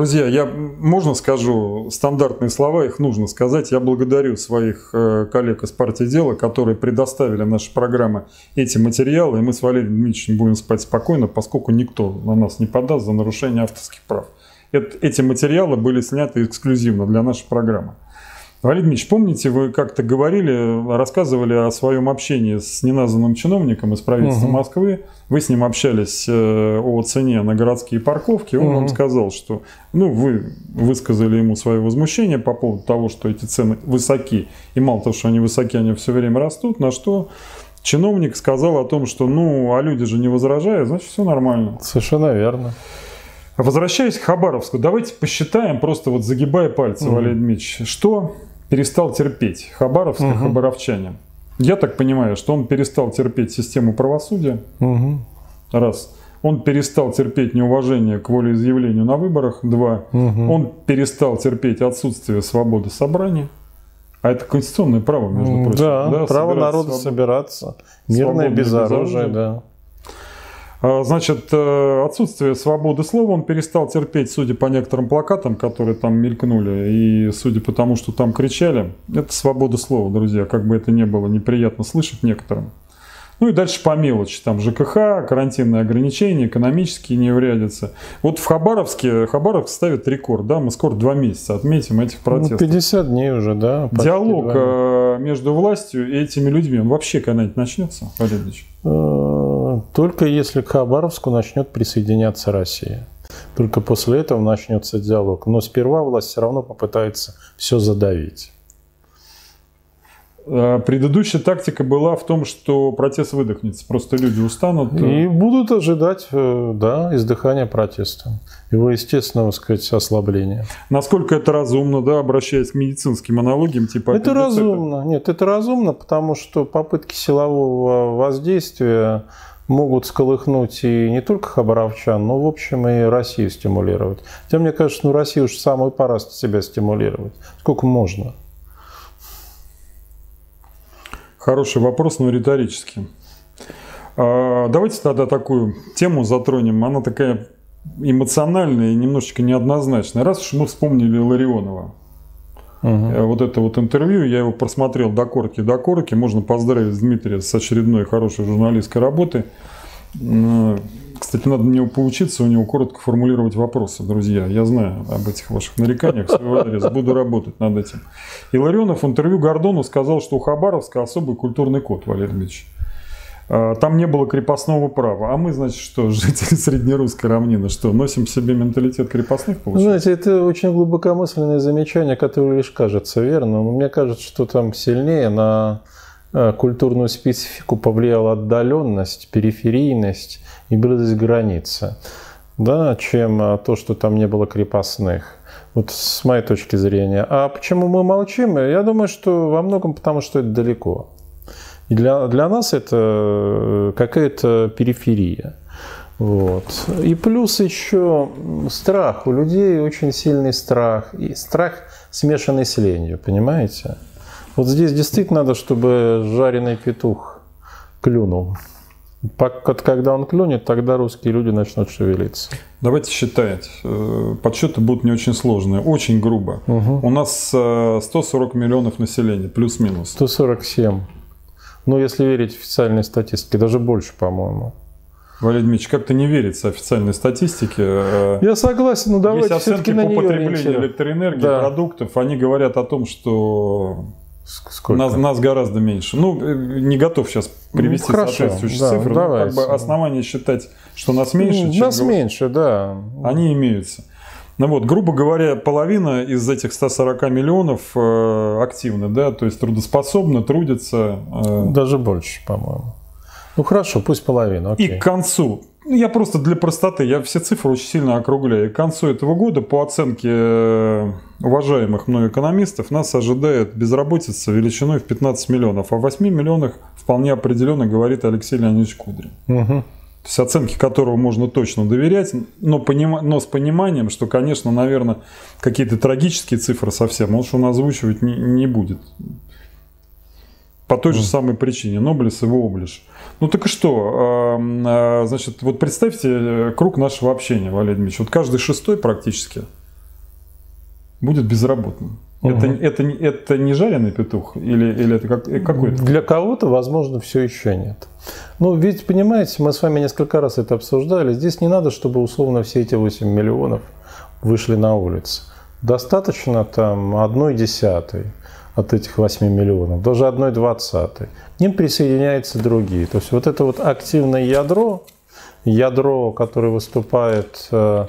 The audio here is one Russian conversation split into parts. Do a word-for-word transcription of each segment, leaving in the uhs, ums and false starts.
Друзья, я, можно скажу стандартные слова, их нужно сказать. Я благодарю своих коллег из партии «Дело», которые предоставили нашей программе эти материалы, и мы с Валерием Дмитриевичем будем спать спокойно, поскольку никто на нас не подаст за нарушение авторских прав. Эти материалы были сняты эксклюзивно для нашей программы. Валерий Дмитриевич, помните, вы как-то говорили, рассказывали о своем общении с неназванным чиновником из правительства угу. Москвы. Вы с ним общались о цене на городские парковки. Он угу. вам сказал, что ну, вы высказали ему свое возмущение по поводу того, что эти цены высоки. И мало того, что они высоки, они все время растут. На что чиновник сказал о том, что ну, а люди же не возражают, значит, все нормально. Совершенно верно. Возвращаясь к Хабаровску, давайте посчитаем, просто вот загибая пальцы, угу. Валерий Дмитриевич, что перестал терпеть Хабаровск и угу. хабаровчане. Я так понимаю, что он перестал терпеть систему правосудия. Угу. Раз. Он перестал терпеть неуважение к волеизъявлению на выборах. Два. Угу. Он перестал терпеть отсутствие свободы собрания. А это конституционное право, между прочим. Да, да, право народа свобод... собираться. Мирное, без оружия, да. Значит, отсутствие свободы слова он перестал терпеть, судя по некоторым плакатам, которые там мелькнули, и судя по тому, что там кричали. Это свобода слова, друзья, как бы это ни было неприятно слышать некоторым. Ну и дальше по мелочи, там ЖКХ, карантинные ограничения, экономические неурядицы. Вот в Хабаровске, Хабаровск ставит рекорд, да, мы скоро два месяца отметим этих протестов. Ну, пятьдесят дней уже, да. Диалог между властью и этими людьми, он вообще когда-нибудь начнется, Валерий Ильич? Только если к Хабаровску начнет присоединяться Россия. Только после этого начнется диалог. Но сперва власть все равно попытается все задавить. Предыдущая тактика была в том, что протест выдохнется, просто люди устанут. И будут ожидать, да, издыхания протеста, его естественного, так сказать, ослабления. Насколько это разумно, да, обращаясь к медицинским аналогиям типа Это аппендицита? Разумно, нет, это разумно, потому что попытки силового воздействия могут сколыхнуть и не только хабаровчан, но, в общем, и Россию стимулировать. Хотя, мне кажется, ну, Россию уж самую пора себя стимулировать. Сколько можно? Хороший вопрос, но риторический. Давайте тогда такую тему затронем. Она такая эмоциональная и немножечко неоднозначная. Раз уж мы вспомнили Илларионова. Угу. Вот это вот интервью, я его просмотрел до корки, до корки. Можно поздравить Дмитрия с очередной хорошей журналистской работой. Кстати, надо мне поучиться у него коротко формулировать вопросы, друзья. Я знаю об этих ваших нареканиях, в свой адрес, буду работать над этим. Илларионов в интервью Гордону сказал, что у Хабаровска особый культурный код, Валерий Дмитриевич. Там не было крепостного права. А мы, значит, что, жители Среднерусской равнины, что, носим в себе менталитет крепостных, получается? Знаете, это очень глубокомысленное замечание, которое лишь кажется верным. Мне кажется, что там сильнее на культурную специфику повлияла отдаленность, периферийность и близость границы, да, чем то, что там не было крепостных. Вот с моей точки зрения. А почему мы молчим? Я думаю, что во многом потому, что это далеко. И для, для нас это какая-то периферия. Вот. И плюс еще страх. У людей очень сильный страх. И страх, смешанный с ленью, понимаете? Вот здесь действительно надо, чтобы жареный петух клюнул. Когда он клюнет, тогда русские люди начнут шевелиться. Давайте считать. Подсчеты будут не очень сложные. Очень грубо. Угу. У нас сто сорок миллионов населения, плюс-минус. сто сорок семь. Ну, если верить официальной статистике, даже больше, по-моему. Валерий Дмитриевич, как-то не верится официальной статистике. Я согласен, но давайте есть оценки на по потреблению электроэнергии, да. продуктов. Они говорят о том, что нас, нас гораздо меньше. Ну, не готов сейчас привести ну, соответствующие да, цифры. Но как бы основания считать, что нас меньше, чем нас меньше, да. Они имеются. Ну вот, грубо говоря, половина из этих ста сорока миллионов э, активны, да, то есть трудоспособны, трудятся. Э, Даже больше, по-моему. Ну хорошо, пусть половина. Окей. И к концу, я просто для простоты, я все цифры очень сильно округляю. И к концу этого года, по оценке уважаемых мной экономистов, нас ожидает безработица величиной в пятнадцать миллионов. О восьми миллионах вполне определенно говорит Алексей Леонидович Кудрин. Угу. То есть оценки которого можно точно доверять, но, поним... но с пониманием, что, конечно, наверное, какие-то трагические цифры совсем, он он озвучивать не, не будет. По той же mm. самой причине. Ноблес его облишь. Ну так и что? Значит, вот представьте круг нашего общения, Валерий Дмитриевич. Вот каждый шестой практически будет безработным. Угу. Это, это, это не жареный петух? Или, или это как, какой-то? Для кого-то, возможно, все еще нет. Ну, ведь, понимаете, мы с вами несколько раз это обсуждали. Здесь не надо, чтобы условно все эти восемь миллионов вышли на улицу. Достаточно там одной десятой от этих восьми миллионов, даже одной двадцатой. К ним присоединяются другие. То есть вот это вот активное ядро, ядро, которое выступает э,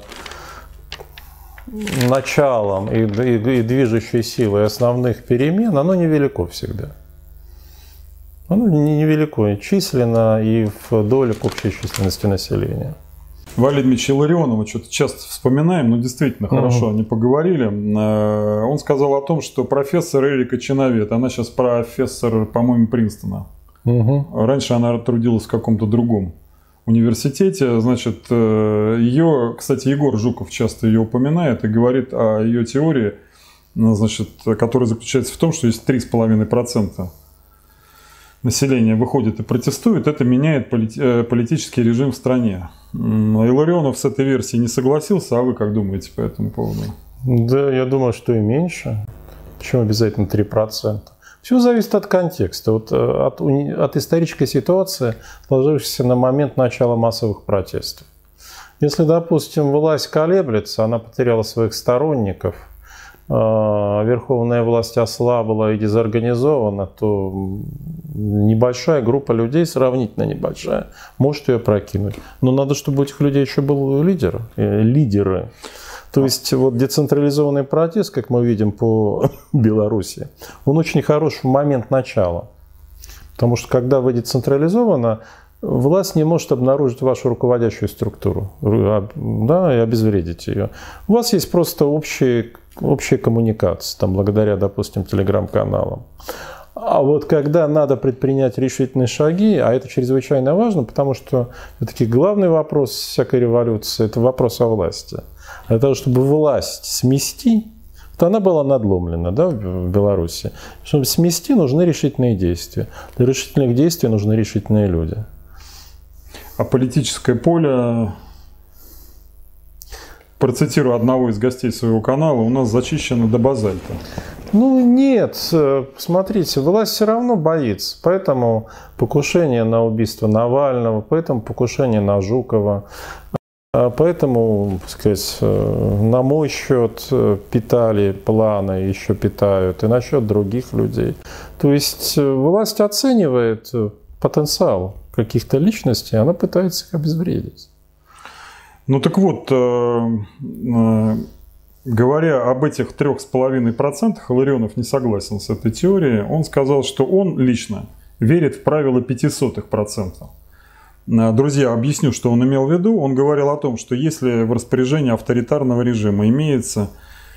началом и, и, и движущей силой основных перемен, оно невелико всегда. Оно невелико и численно, и в доле к общей численности населения. Валерий Дмитриевич Илларионова что-то часто вспоминаем, но действительно хорошо uh-huh. они поговорили. Он сказал о том, что профессор Эрика Чиновет, она сейчас профессор, по-моему, Принстона. Uh-huh. Раньше она трудилась в каком-то другом университете. Значит, ее, кстати, Егор Жуков часто ее упоминает и говорит о ее теории, значит, которая заключается в том, что есть три с половиной процента населения выходит и протестует, это меняет полити- политический режим в стране. Илларионов с этой версией не согласился, а вы как думаете по этому поводу? Да, я думаю, что и меньше. Почему обязательно три процента? Все зависит от контекста, от, от, от исторической ситуации, сложившейся на момент начала массовых протестов. Если, допустим, власть колеблется, она потеряла своих сторонников, верховная власть ослабла и дезорганизована, то небольшая группа людей, сравнительно небольшая, может ее прокинуть. Но надо, чтобы у этих людей еще был лидер, лидеры. То есть вот децентрализованный протест, как мы видим по Беларуси, он очень хорош в момент начала. Потому что когда вы децентрализованы, власть не может обнаружить вашу руководящую структуру, да, и обезвредить ее. У вас есть просто общие общая коммуникация, там, благодаря, допустим, телеграм-каналам. А вот когда надо предпринять решительные шаги, а это чрезвычайно важно, потому что все-таки главный вопрос всякой революции – это вопрос о власти. Для того, чтобы власть смести, то она была надломлена, да, в Беларуси. Чтобы смести, нужны решительные действия. Для решительных действий нужны решительные люди. А политическое поле... Процитирую одного из гостей своего канала, у нас зачищено до базальта. Ну нет, смотрите, власть все равно боится. Поэтому покушение на убийство Навального, поэтому покушение на Жукова, поэтому, так сказать, на мой счет питали планы, еще питают, и на счет других людей. То есть власть оценивает потенциал каких-то личностей, она пытается их обезвредить. Ну так вот, э, э, говоря об этих трех с половиной процентах, Илларионов не согласен с этой теорией. Он сказал, что он лично верит в правило пяти сотых процента. Друзья, объясню, что он имел в виду. Он говорил о том, что если в распоряжении авторитарного режима имеется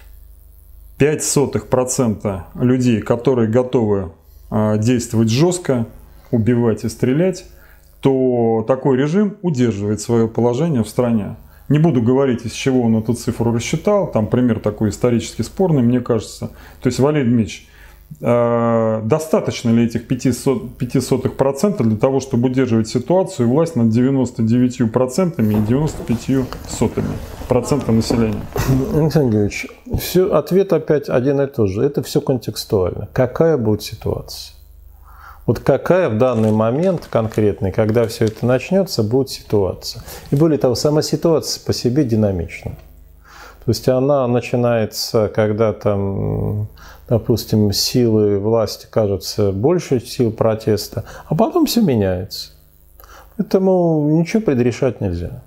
пять сотых процента людей, которые готовы э, действовать жестко, убивать и стрелять, то такой режим удерживает свое положение в стране. Не буду говорить, из чего он эту цифру рассчитал, там пример такой исторически спорный, мне кажется. То есть, Валерий Дмитриевич, э, достаточно ли этих пяти сотых процента для того, чтобы удерживать ситуацию и власть над девяноста девятью процентами и девяноста пятью сотыми процента населения? Александр Георгиевич, все, ответ опять один и тот же. Это все контекстуально. Какая будет ситуация? Вот какая в данный момент конкретный, когда все это начнется, будет ситуация. И более того, сама ситуация по себе динамична. То есть она начинается, когда там, допустим, силы власти кажутся больше сил протеста, а потом все меняется. Поэтому ничего предрешать нельзя.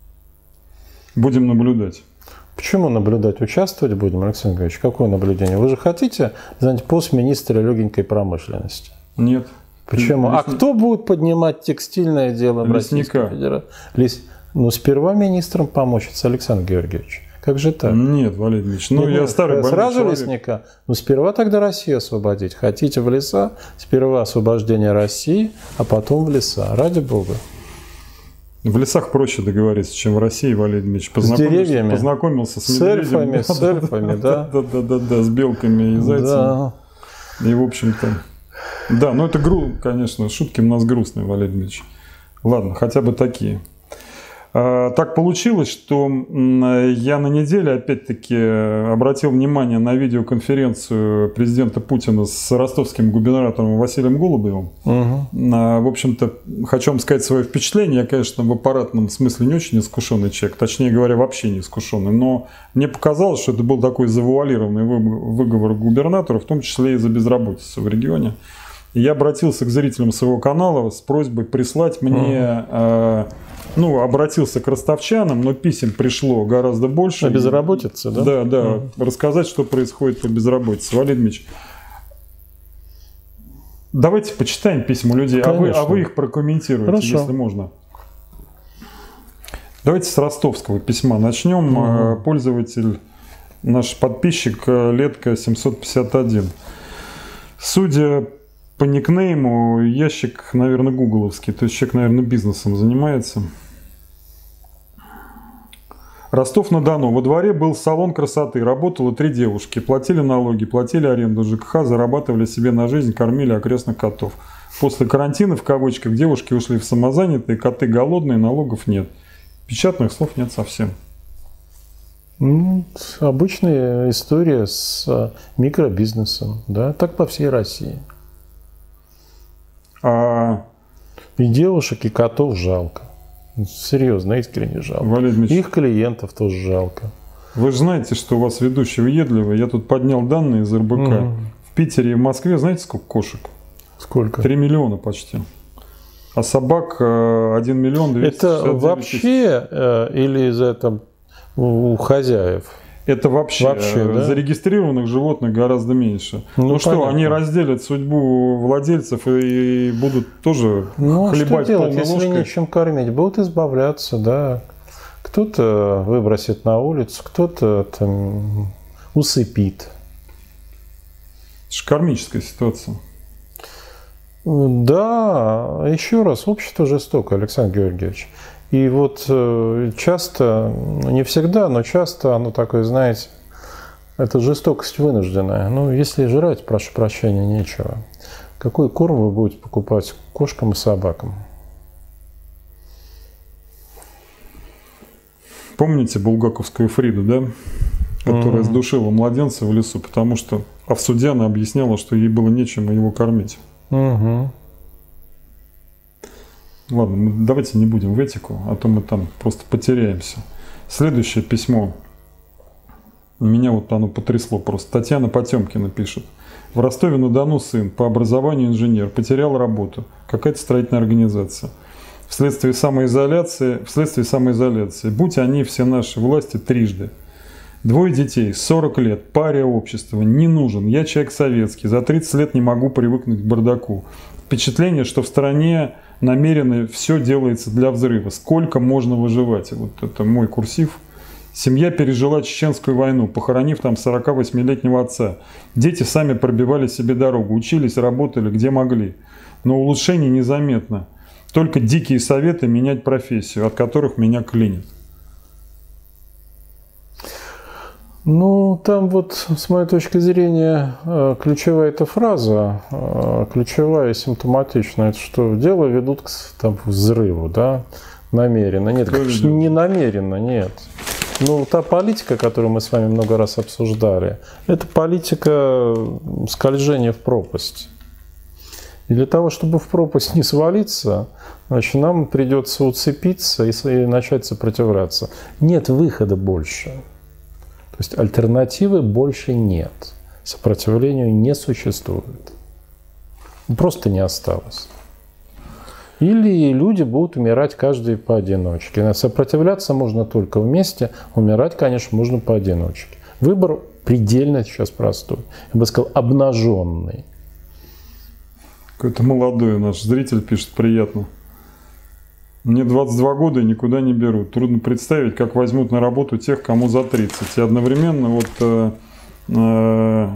Будем наблюдать. Почему наблюдать? Участвовать будем, Александр Георгиевич? Какое наблюдение? Вы же хотите занять пост министра легенькой промышленности? Нет. Почему? Лесни... А кто будет поднимать текстильное дело в Российской Федерации? Лес... Ну, сперва министром помочится Александр Георгиевич. Как же так? Нет, Валерий Ильич, ну Нет, я старый больной Сразу человек. Лесника? Ну, сперва тогда Россию освободить. Хотите в леса? Сперва освобождение России, а потом в леса. Ради Бога. В лесах проще договориться, чем в России, Валерий Дмитриевич. С деревьями. Познакомился с, с эльфами, с эльфами, да. Да, да, да, да, с белками и зайцами. И, в общем-то... Да, но это, гру... конечно, шутки у нас грустные, Валерий Дмитриевич. Ладно, хотя бы такие. Так получилось, что я на неделе опять-таки обратил внимание на видеоконференцию президента Путина с ростовским губернатором Василием Голубевым. Угу. В общем-то, хочу вам сказать свое впечатление. Я, конечно, в аппаратном смысле не очень искушенный человек, точнее говоря, вообще не искушенный. Но мне показалось, что это был такой завуалированный выговор губернатору, в том числе и за безработицу в регионе. И я обратился к зрителям своего канала с просьбой прислать мне... Угу. Ну, обратился к ростовчанам, но писем пришло гораздо больше. О безработице, да? Да, да. Mm. Рассказать, что происходит по безработице. Валерий Дмитриевич, давайте почитаем письма людей, а вы, а вы их прокомментируете, Хорошо. Если можно. Давайте с ростовского письма начнем. Mm. Пользователь, наш подписчик Летка семьсот пятьдесят один. Судя по никнейму, ящик, наверное, гугловский, то есть человек, наверное, бизнесом занимается. Ростов-на-Дону. Во дворе был салон красоты, работало три девушки, платили налоги, платили аренду ЖКХ, зарабатывали себе на жизнь, кормили окрестных котов. После карантина, в кавычках, девушки ушли в самозанятые, коты голодные, налогов нет. Печатных слов нет совсем. Ну, обычная история с микробизнесом, да, так по всей России. А... И девушек, и котов жалко. Серьезно, искренне жалко. Их клиентов тоже жалко. Вы же знаете, что у вас ведущий въедливый. Я тут поднял данные из эр бэ ка. Угу. В Питере и в Москве знаете, сколько кошек? Сколько? Три миллиона почти. А собак один миллион двести шестьдесят девять тысяч. Это вообще э, или из этого у хозяев? Это вообще, вообще да? Зарегистрированных животных гораздо меньше. Ну, ну что, они разделят судьбу владельцев и будут тоже ну, хлебать что полной делать, ложкой? Если нечем кормить, будут избавляться, да. Кто-то выбросит на улицу, кто-то там усыпит. Это же кармическая ситуация. Да, еще раз, общество жестоко, Александр Георгиевич. И вот часто, не всегда, но часто оно такое, знаете, это жестокость вынужденная. Ну, если жрать, прошу прощения, нечего. Какой корм вы будете покупать кошкам и собакам? Помните булгаковскую Фриду, да? Которая mm-hmm. сдушила младенца в лесу, потому что а в суде она объясняла, что ей было нечем его кормить. Mm-hmm. Ладно, мы давайте не будем в этику, а то мы там просто потеряемся. Следующее письмо. Меня вот оно потрясло просто. Татьяна Потемкина пишет. В Ростове-на-Дону сын, по образованию инженер, потерял работу. Какая-то строительная организация. Вследствие самоизоляции, вследствие самоизоляции. Будь они все наши власти трижды. Двое детей, сорок лет, пария общества, не нужен. Я человек советский, за тридцать лет не могу привыкнуть к бардаку. Впечатление, что в стране намеренно все делается для взрыва. Сколько можно выживать? Вот это мой курсив. Семья пережила Чеченскую войну, похоронив там сорокавосьмилетнего отца. Дети сами пробивали себе дорогу, учились, работали где могли. Но улучшений незаметно. Только дикие советы менять профессию, от которых меня клинит. Ну, там вот, с моей точки зрения, ключевая эта фраза, ключевая и симптоматичная, это что дело ведут к там, взрыву, да, намеренно. Нет, конечно, не намеренно, нет. Ну, та политика, которую мы с вами много раз обсуждали, это политика скольжения в пропасть. И для того, чтобы в пропасть не свалиться, значит, нам придется уцепиться и, и начать сопротивляться. Нет выхода больше. То есть альтернативы больше нет. Сопротивлению не существует. Просто не осталось. Или люди будут умирать каждый поодиночке. Сопротивляться можно только вместе, умирать, конечно, можно поодиночке. Выбор предельно сейчас простой. Я бы сказал, обнаженный. Какой-то молодой наш зритель пишет, приятно. Мне двадцать два года и никуда не берут. Трудно представить, как возьмут на работу тех, кому за тридцать. И одновременно вот э, э,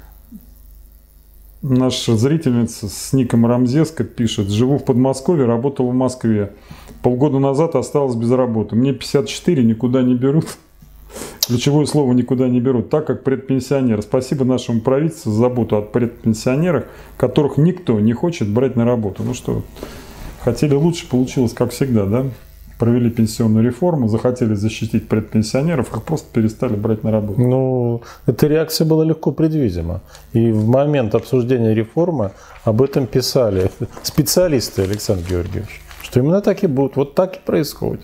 наша зрительница с ником Рамзеска пишет. Живу в Подмосковье, работала в Москве. Полгода назад осталась без работы. Мне пятьдесят четыре, никуда не берут. Ключевое слово «никуда не берут», так как предпенсионер. Спасибо нашему правительству за заботу о предпенсионерах, которых никто не хочет брать на работу. Ну что, хотели лучше, получилось как всегда, да? провели пенсионную реформу, захотели защитить предпенсионеров, их просто перестали брать на работу. Ну, эта реакция была легко предвидима. И в момент обсуждения реформы об этом писали специалисты, Александр Георгиевич, что именно так и будет, вот так и происходит.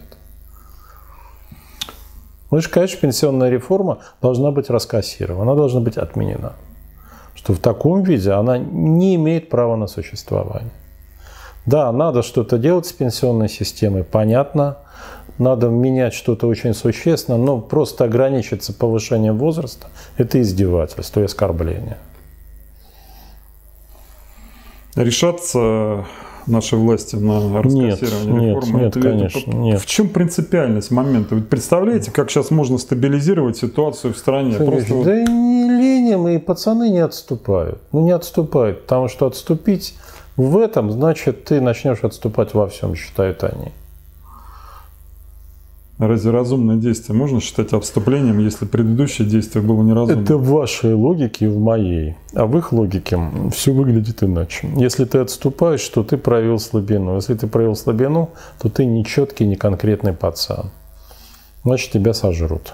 Ну, и, конечно, пенсионная реформа должна быть раскассирована, она должна быть отменена. Что в таком виде она не имеет права на существование. Да, надо что-то делать с пенсионной системой, понятно. Надо менять что-то очень существенно, но просто ограничиться повышением возраста – это издевательство и оскорбление. Решатся наши власти на раскассирование нет, реформы? Нет, нет, конечно, это, нет. В чем принципиальность момента? Вы представляете, как сейчас можно стабилизировать ситуацию в стране? Просто... Да вот... и не леним, и пацаны не отступают. Ну, не отступают, потому что отступить в этом, значит, ты начнешь отступать во всем, считают они. Разве разумное действие можно считать отступлением, если предыдущее действие было неразумным? Это в вашей логике и в моей. А в их логике все выглядит иначе. Если ты отступаешь, то ты проявил слабину. Если ты проявил слабину, то ты не четкий, не конкретный пацан. Значит, тебя сожрут.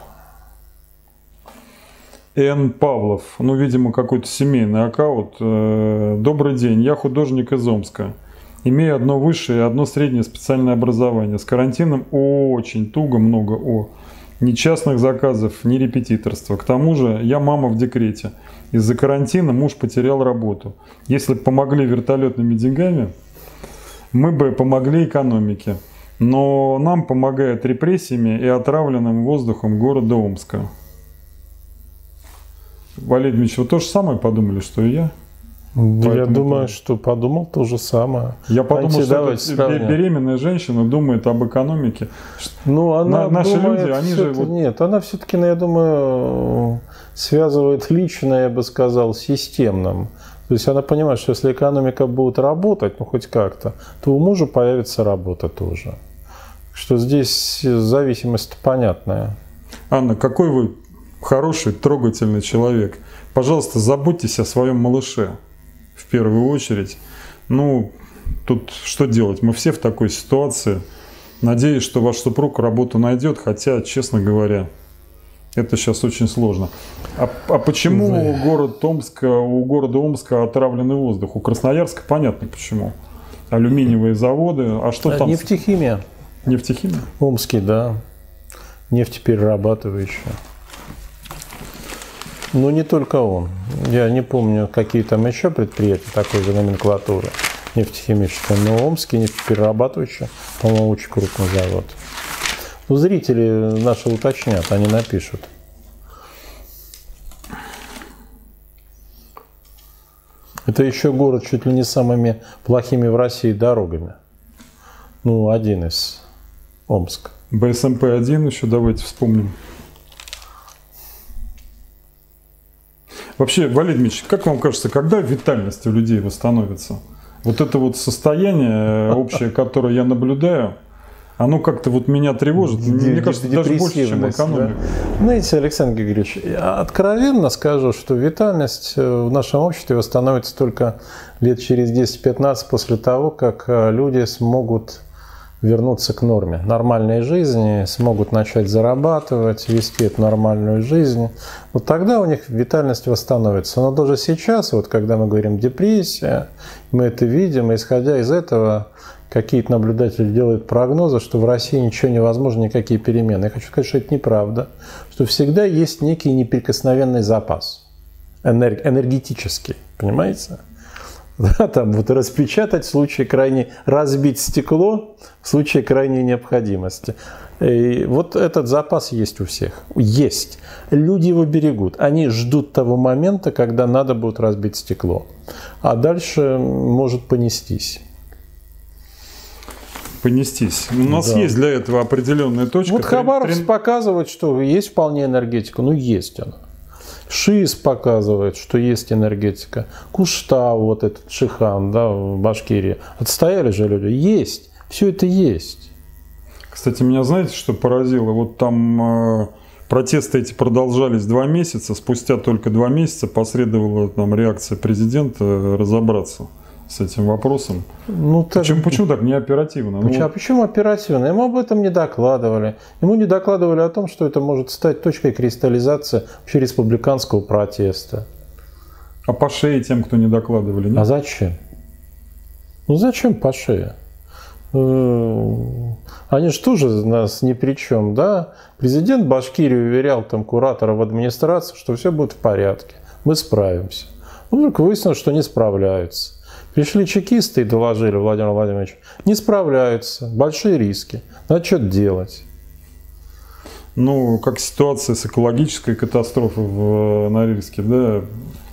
Н. Павлов, ну, видимо, какой-то семейный аккаунт. Добрый день, я художник из Омска. Имею одно высшее и одно среднее специальное образование. С карантином очень туго, много о. Ни частных заказов, ни репетиторства. К тому же я мама в декрете. Из-за карантина муж потерял работу. Если бы помогли вертолетными деньгами, мы бы помогли экономике. Но нам помогают репрессиями и отравленным воздухом города Омска. Валерий Дмитриевич, вы то же самое подумали, что и я? Поэтому я думаю, это... что подумал то же самое. Я подумал, Антидавать что беременная женщина думает об экономике. Ну, она На, наши думает, люди, они же... Вот... Нет, она все-таки, я думаю, связывает личное, я бы сказал, системным. То есть она понимает, что если экономика будет работать, ну хоть как-то, то у мужа появится работа тоже. Что здесь зависимость понятная. Анна, какой вы хороший, трогательный человек. Пожалуйста, заботьтесь о своем малыше. В первую очередь. Ну, тут что делать? Мы все в такой ситуации. Надеюсь, что ваш супруг работу найдет, хотя, честно говоря, это сейчас очень сложно. А, а почему Вы... город Омска, у города Омска отравленный воздух? У Красноярска понятно почему. Алюминиевые заводы. А что а там? Нефтехимия. Нефтехимия? Омский, да. Нефтеперерабатывающая. Ну, не только он. Я не помню, какие там еще предприятия такой же номенклатуры нефтехимической, но Омский нефтеперерабатывающий, по-моему, очень крупный завод. Ну, зрители наши уточнят, они напишут. Это еще город чуть ли не самыми плохими в России дорогами. Ну, один из Омска. бэ эс эм пэ один еще давайте вспомним. Вообще, Валерий Дмитриевич, как вам кажется, когда витальность у людей восстановится? Вот это вот состояние общее, которое я наблюдаю, оно как-то вот меня тревожит. Мне кажется, даже больше, чем экономика. Да? Знаете, Александр Григорьевич, я откровенно скажу, что витальность в нашем обществе восстановится только лет через десять-пятнадцать после того, как люди смогут вернуться к норме, нормальной жизни, смогут начать зарабатывать, вести эту нормальную жизнь. Вот тогда у них витальность восстановится. Но даже сейчас, вот когда мы говорим депрессия, мы это видим, и исходя из этого, какие-то наблюдатели делают прогнозы, что в России ничего невозможно, никакие перемены. Я хочу сказать, что это неправда, что всегда есть некий неприкосновенный запас, энергетический, понимаете? Да, там вот распечатать в случае крайней, разбить стекло в случае крайней необходимости. И вот этот запас есть у всех. Есть. Люди его берегут. Они ждут того момента, когда надо будет разбить стекло. А дальше может понестись. Понестись. У нас да. есть для этого определенная точка. Вот Хабаровск трен... показывает, что есть вполне энергетика. Ну, есть она. ШИС показывает, что есть энергетика. Куштау, вот этот Шихан, да, в Башкирии. Отстояли же люди. Есть. Все это есть. Кстати, меня знаете, что поразило? Вот там э, протесты эти продолжались два месяца. Спустя только два месяца последовала там реакция президента разобраться с этим вопросом. Ну, так... почему, почему так не оперативно? Почему, ну, а почему оперативно? Ему об этом не докладывали. Ему не докладывали о том, что это может стать точкой кристаллизации вообще республиканского протеста. А по шее тем, кто не докладывали, нет? А зачем? Ну зачем по шее? Они же тоже нас ни при чем, да? Президент Башкирии уверял там кураторов администрации, что все будет в порядке, мы справимся. Ну, только выяснилось, что не справляются. Пришли чекисты и доложили Владимиру Владимировичу, не справляются, большие риски, надо что-то делать. Ну, как ситуация с экологической катастрофой в Норильске, да?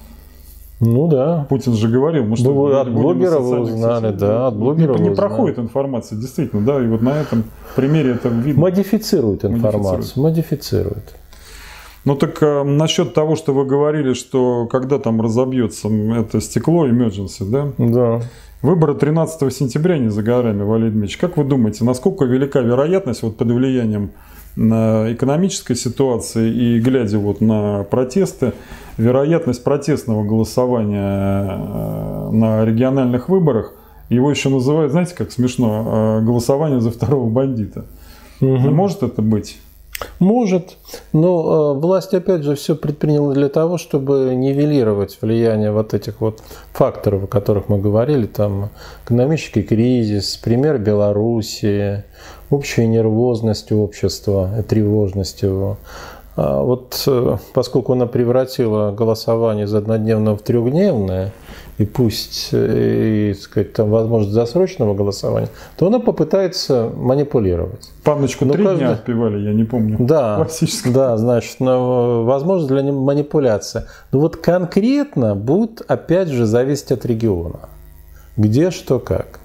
Ну да. Путин же говорил, мы что ну, от блогеров вы узнали, да, от блогеров не, не проходит информация, действительно, да, и вот на этом примере это видно. Модифицирует информацию, модифицирует. модифицирует. Ну так э, насчет того, что вы говорили, что когда там разобьется это стекло, emergency, да? Да. Выборы тринадцатого сентября не за горами, Валерий Дмитриевич. Как вы думаете, насколько велика вероятность вот под влиянием экономической ситуации и глядя вот на протесты, вероятность протестного голосования на региональных выборах, его еще называют, знаете, как смешно, голосование за второго бандита. Угу. Может это быть? Может, но э, власть опять же все предприняла для того, чтобы нивелировать влияние вот этих вот факторов, о которых мы говорили, там экономический кризис, пример Белоруссии, общая нервозность общества, тревожность его. А вот э, поскольку она превратила голосование из однодневного в трехдневное, и пусть, и, сказать, там возможность досрочного голосования, то она попытается манипулировать. Панночку три каждый... дня отпевали, я не помню. Да, да, значит, но возможность для манипуляции. Но вот конкретно будет опять же зависеть от региона. Где, что, как.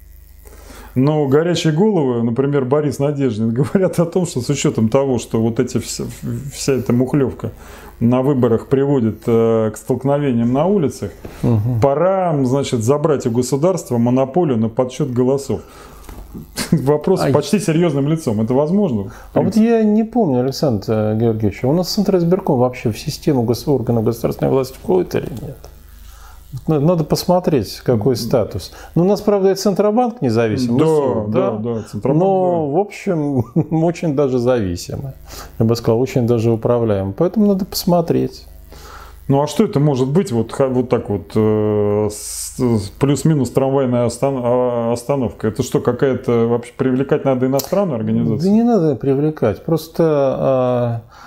Но горячие головы, например, Борис Надеждин, говорят о том, что с учетом того, что вот эти вся, вся эта мухлевка на выборах приводит э, к столкновениям на улицах, угу. пора, значит, забрать у государства монополию на подсчет голосов. Вопрос а почти серьезным лицом. Это возможно? А вот я не помню, Александр Георгиевич, у нас Центризбирком вообще в систему органов государственной власти входит или нет? Надо посмотреть, какой статус. Ну, у нас, правда, и Центробанк независимый. Да, суд, да, да, да. Центробанк, но, да. в общем, очень даже зависимый. Я бы сказал, очень даже управляемый. Поэтому надо посмотреть. Ну, а что это может быть вот, вот так вот, э, плюс-минус трамвайная остан остановка? Это что, какая-то вообще привлекать надо иностранную организацию? Да не надо привлекать. Просто... Э,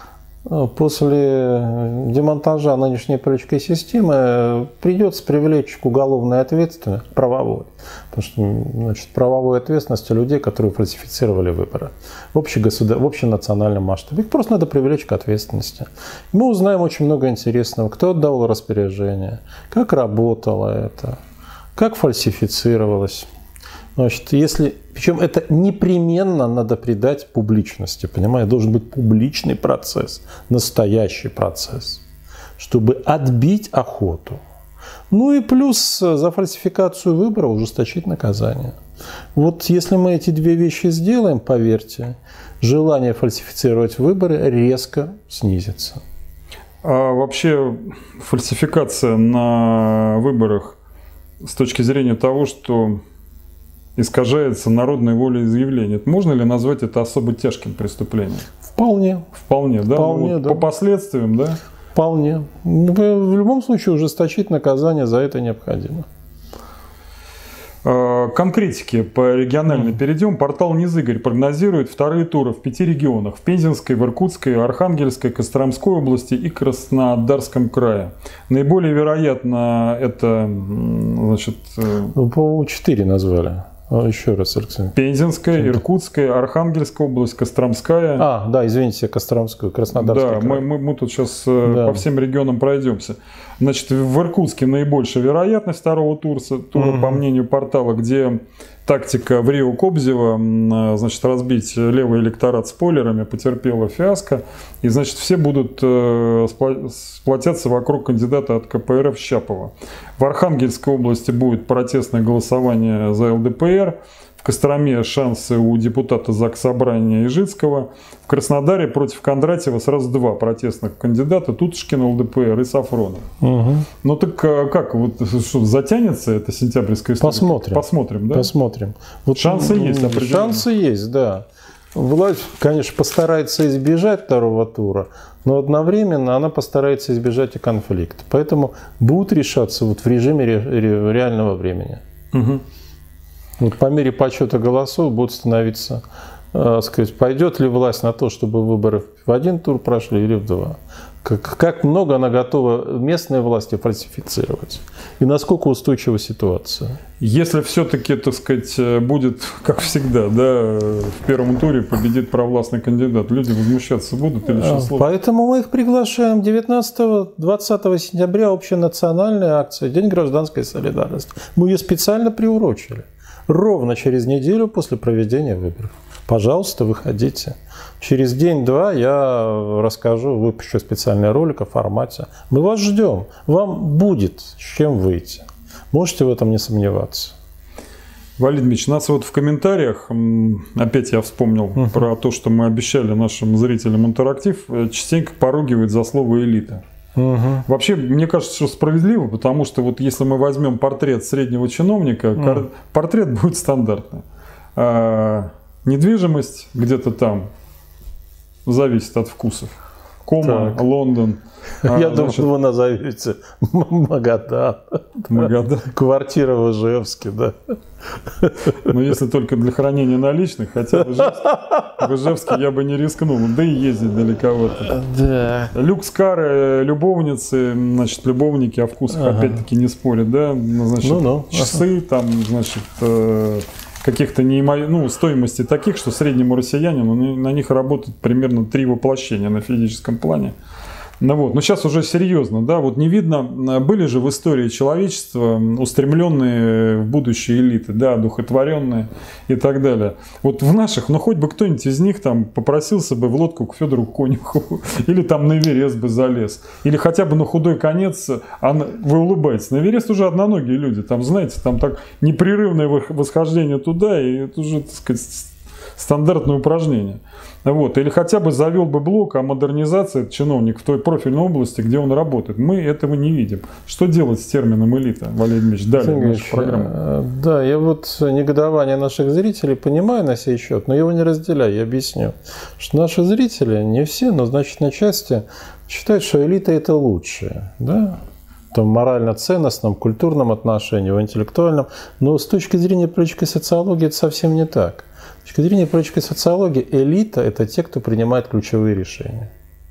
после демонтажа нынешней политической системы придется привлечь к уголовной ответственности, правовой. Потому что, значит, правовой ответственности людей, которые фальсифицировали выборы в, общегосудар... в общенациональном масштабе. Их просто надо привлечь к ответственности. Мы узнаем очень много интересного. Кто отдавал распоряжение, как работало это, как фальсифицировалось. Значит, если, причем это непременно надо придать публичности, понимаете, должен быть публичный процесс, настоящий процесс, чтобы отбить охоту. Ну и плюс за фальсификацию выбора ужесточить наказание. Вот если мы эти две вещи сделаем, поверьте, желание фальсифицировать выборы резко снизится. А вообще фальсификация на выборах с точки зрения того, что искажается народное волеизъявление. Можно ли назвать это особо тяжким преступлением? Вполне. Вполне, да? Вполне, ну, да. По последствиям, да? Вполне. В любом случае ужесточить наказание за это необходимо. Конкретики по регионально перейдем. Портал Низыгорь прогнозирует вторые туры в пяти регионах. В Пензенской, в Иркутской, Архангельской, Костромской области и Краснодарском крае. Наиболее вероятно это, значит... По четыре назвали. Еще раз, Александр. Пензенская, Иркутская, Архангельская область, Костромская. А, да, извините, Костромскую, Краснодарская. Да, мы, мы, мы тут сейчас да. по всем регионам пройдемся. Значит, в Иркутске наибольшая вероятность второго тура, тура угу. по мнению портала, где тактика Врио Кобзева, значит, разбить левый электорат спойлерами, потерпела фиаско. И, значит, все будут сплотятся вокруг кандидата от ка пэ эр эф Щапова. В Архангельской области будет протестное голосование за эл дэ пэ эр. В Костроме шансы у депутата Заксобрания Ижицкого. В Краснодаре против Кондратьева сразу два протестных кандидата. Тутушкин, ЛДПР и Сафронов. Угу. Ну так как, вот, что, затянется эта сентябрьская история? Посмотрим. Посмотрим, да? Посмотрим. Вот шансы есть определенно. Шансы есть, да. Власть, конечно, постарается избежать второго тура, но одновременно она постарается избежать и конфликта. Поэтому будут решаться вот в режиме ре, ре, реального времени. Угу. Вот по мере подсчета голосов будут становиться, э, сказать, пойдет ли власть на то, чтобы выборы в один тур прошли или в два. Как, как много она готова местные власти фальсифицировать и насколько устойчива ситуация. Если все-таки, так сказать, будет, как всегда, да, в первом туре победит провластный кандидат, люди возмущаться будут или что сложно? Поэтому мы их приглашаем девятнадцатого-двадцатого сентября, общенациональная акция, День гражданской солидарности. Мы ее специально приурочили. Ровно через неделю после проведения выборов. Пожалуйста, выходите. Через день-два я расскажу, выпущу специальный ролик о формате. Мы вас ждем. Вам будет с чем выйти. Можете в этом не сомневаться. Валерий Дмитриевич, нас вот в комментариях, опять я вспомнил uh-huh. про то, что мы обещали нашим зрителям интерактив, частенько поругивают за слово «элита». Угу. Вообще, мне кажется, что справедливо, потому что вот если мы возьмем портрет среднего чиновника, угу. портрет будет стандартный. А, недвижимость где-то там зависит от вкусов. Кома, так. Лондон. Я а, думаю, значит... вы назовете Магадан. Магадан. Квартира в Ижевске, да. Ну, если только для хранения наличных, хотя в Ижевске, в Ижевске я бы не рискнул, да и ездить далековато. Да. Люкс-кары, любовницы, значит, любовники о вкусах ага. опять-таки не спорят, да? Значит, ну-ну. Часы, ага. там, значит, каких-то неимоверных, ну, стоимости таких, что среднему россиянину на них работает примерно три воплощения на физическом плане. Ну вот, но сейчас уже серьезно, да, вот не видно, были же в истории человечества устремленные в будущее элиты, да, одухотворенные и так далее. Вот в наших, ну хоть бы кто-нибудь из них там попросился бы в лодку к Федору Конюхову, или там на Эверест бы залез, или хотя бы на худой конец, а вы улыбаетесь, на Эверест уже одноногие люди, там, знаете, там так непрерывное восхождение туда, и это уже, так сказать, стандартное упражнение. Вот. Или хотя бы завел бы блок о модернизации чиновник в той профильной области, где он работает. Мы этого не видим. Что делать с термином элита, Валерий Дмитриевич? Далее в нашу программу. Да, я вот негодование наших зрителей понимаю на сей счет, но его не разделяю, я объясню. Что наши зрители, не все, но значительной части, считают, что элита – это лучшее. Да? В том морально-ценностном, культурном отношении, в интеллектуальном. Но с точки зрения политической социологии это совсем не так. С точки зрения политической социологии, элита – это те, кто принимает ключевые решения.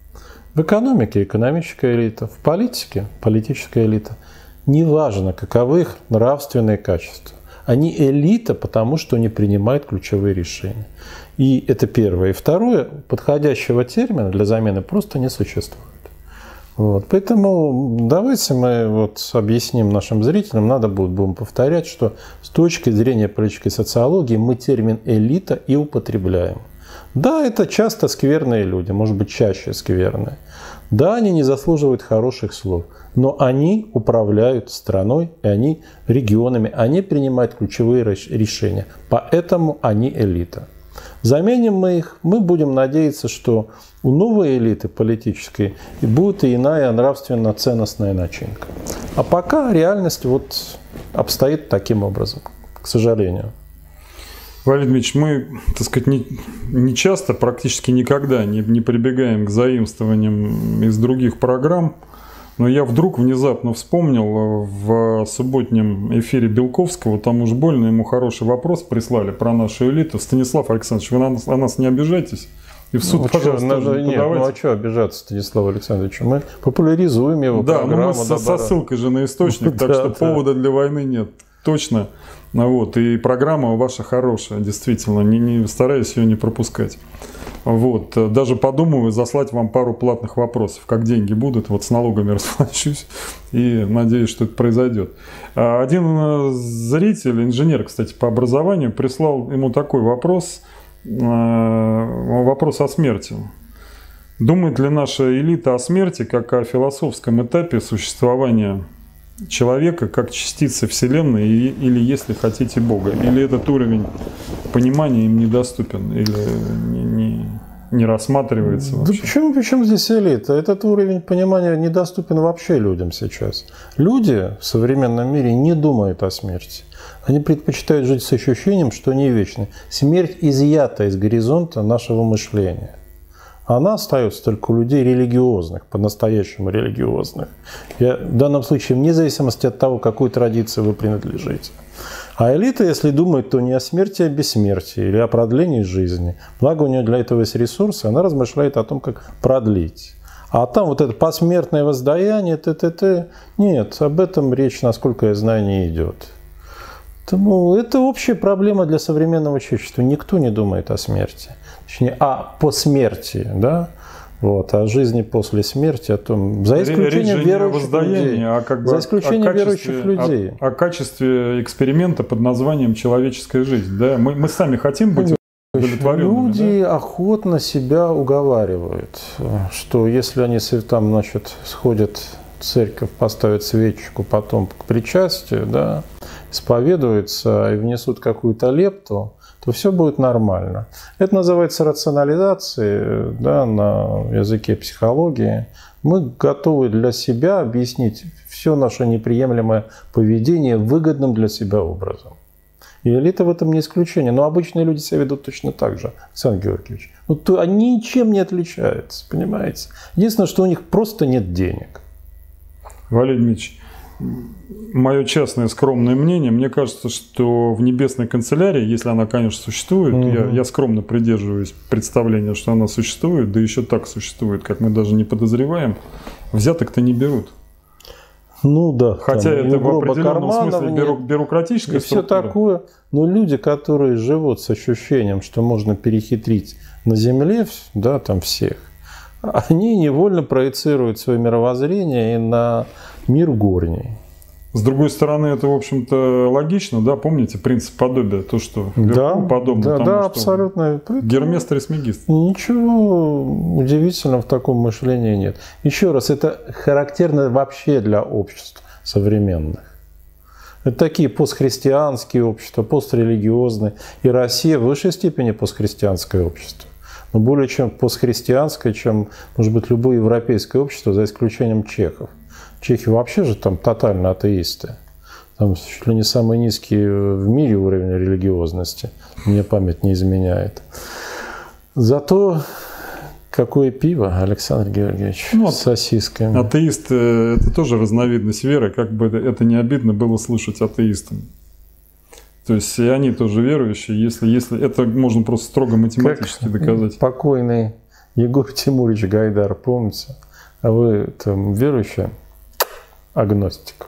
В экономике – экономическая элита, в политике – политическая элита. Неважно, каковы их нравственные качества. Они элита, потому что они принимают ключевые решения. И это первое. И второе, подходящего термина для замены просто не существует. Вот. Поэтому давайте мы вот объясним нашим зрителям, надо будет будем повторять, что с точки зрения политической социологии мы термин «элита» и употребляем. Да, это часто скверные люди, может быть, чаще скверные. Да, они не заслуживают хороших слов, но они управляют страной, и они регионами, они принимают ключевые решения, поэтому они элита. Заменим мы их, мы будем надеяться, что у новой элиты политической будет и иная нравственно-ценностная начинка. А пока реальность вот обстоит таким образом, к сожалению. Валерий Дмитриевич, мы, так сказать, не, не часто, практически никогда не, не прибегаем к заимствованиям из других программ. Но я вдруг внезапно вспомнил в субботнем эфире Белковского, там уж больно ему хороший вопрос прислали про нашу элиту. Станислав Александрович, вы на нас, на нас не обижайтесь? И в суд, ну, пожалуйста, что, тоже не нет, ну а что обижаться, Станислав Александрович? Мы популяризуем его да, программу. Да, но мы со ссылкой же на источник, так что повода для войны нет. Точно. Вот. И программа ваша хорошая, действительно. Не, не, стараюсь ее не пропускать. Вот. Даже подумываю заслать вам пару платных вопросов. Как деньги будут, вот с налогами расплачусь. И надеюсь, что это произойдет. Один зритель, инженер, кстати, по образованию, прислал ему такой вопрос. Вопрос о смерти. Думает ли наша элита о смерти как о философском этапе существования человека как частицы Вселенной или, если хотите, Бога? Или этот уровень понимания им недоступен, или не, не, не рассматривается вообще? Да почему, почему здесь элита? Этот уровень понимания недоступен вообще людям сейчас. Люди в современном мире не думают о смерти. Они предпочитают жить с ощущением, что они вечны. Смерть изъята из горизонта нашего мышления. Она остается только у людей религиозных, по-настоящему религиозных. Я, в данном случае, вне зависимости от того, какой традиции вы принадлежите. А элита, если думает, то не о смерти, а о бессмертии или о продлении жизни. Благо у нее для этого есть ресурсы, она размышляет о том, как продлить. А там вот это посмертное воздаяние, т.т.т. Нет, об этом речь, насколько я знаю, не идет. Поэтому это общая проблема для современного человечества. Никто не думает о смерти. Точнее, о посмертии, да? Вот, о жизни после смерти, о том, за исключением верующих людей. А как бы за исключением верующих людей. О, о качестве эксперимента под названием «Человеческая жизнь». Да? Мы, мы сами хотим быть удовлетворенными. Люди да? охотно себя уговаривают, что если они там, значит, сходят в церковь, поставят свечку, потом к причастию, да, исповедуются и внесут какую-то лепту, то все будет нормально. Это называется рационализацией, да, на языке психологии. Мы готовы для себя объяснить все наше неприемлемое поведение выгодным для себя образом. И элита в этом не исключение. Но обычные люди себя ведут точно так же, Александр Георгиевич. Ну, то они ничем не отличаются, понимаете? Единственное, что у них просто нет денег. Валерий Дмитриевич, мое частное скромное мнение, мне кажется, что в небесной канцелярии, если она, конечно, существует, угу. я, я скромно придерживаюсь представления, что она существует, да еще так существует, как мы даже не подозреваем, взяток-то не берут. Ну да. Хотя это в определенном смысле бюро, бюрократическая и структура. Все такое. Но люди, которые живут с ощущением, что можно перехитрить на земле, да, там всех, они невольно проецируют свое мировоззрение и на мир горний. С другой стороны, это, в общем-то, логично, да? Помните принцип подобия? То, что да, подобно да, тому, да, что абсолютно. Гермес Трисмегист. Ничего удивительного в таком мышлении нет. Еще раз, это характерно вообще для обществ современных. Это такие постхристианские общества, пострелигиозные. И Россия в высшей степени постхристианское общество. Но более чем постхристианское, чем, может быть, любое европейское общество, за исключением чехов. Чехи вообще же там тотально атеисты. Там чуть ли не самый низкий в мире уровень религиозности. Мне память не изменяет. Зато какое пиво, Александр Георгиевич, ну, с сосисками. Атеисты – это тоже разновидность веры. Как бы это не обидно было слышать атеистам. То есть и они тоже верующие. Если, если это можно просто строго математически как доказать. Покойный Егор Тимурович Гайдар, помните? А вы там верующий? Агностик.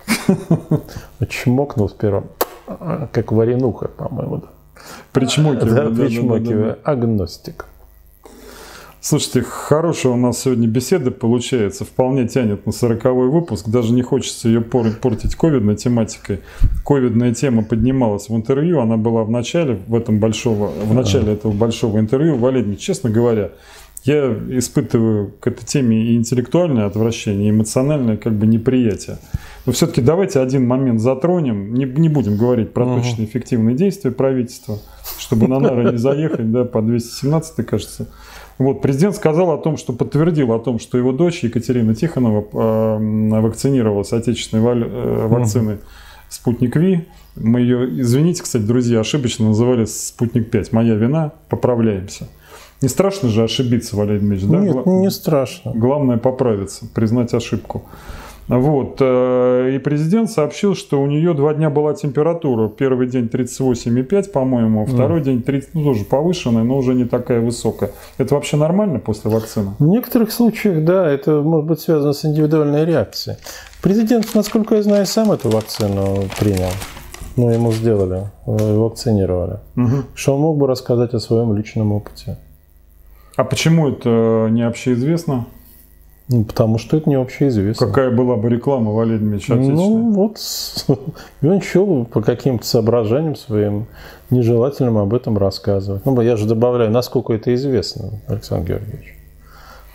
Чмокнул сперва, как варенуха, по-моему. Да. Причмокивая. Да, причмокивая. Да, да, да. Агностик. Слушайте, хорошая у нас сегодня беседа получается. Вполне тянет на сороковой выпуск. Даже не хочется ее портить ковидной тематикой. Ковидная тема поднималась в интервью. Она была в начале, в этом большого, в начале этого большого интервью. Валерий Дмитриевич, честно говоря, я испытываю к этой теме и интеллектуальное отвращение, и эмоциональное как бы неприятие. Но все-таки давайте один момент затронем. Не, не будем говорить про точно эффективные действия правительства, чтобы на нары не заехать, да, по двести семнадцатой, кажется. Вот, президент сказал о том, что подтвердил о том, что его дочь Екатерина Тихонова э, вакцинировалась отечественной э, вакциной «Спутник Ви». Мы ее, извините, кстати, друзья, ошибочно называли «Спутник пять». Моя вина, поправляемся. Не страшно же ошибиться, Валерий Дмитриевич, да? Нет, не страшно. Главное поправиться, признать ошибку. Вот. И президент сообщил, что у нее два дня была температура. Первый день тридцать восемь и пять, по-моему, второй mm. день тридцать, ну, тоже повышенная, но уже не такая высокая. Это вообще нормально после вакцины? В некоторых случаях, да, это может быть связано с индивидуальной реакцией. Президент, насколько я знаю, сам эту вакцину принял. Ну, ему сделали, вакцинировали. Mm-hmm. Что он мог бы рассказать о своем личном опыте. А почему это не общеизвестно? Ну, потому что это не общеизвестно. Какая была бы реклама, Валерий Дмитриевич, отечественная? Ну, вот, и он счел по каким-то соображениям своим нежелательным об этом рассказывать. Ну, я же добавляю, насколько это известно, Александр Георгиевич.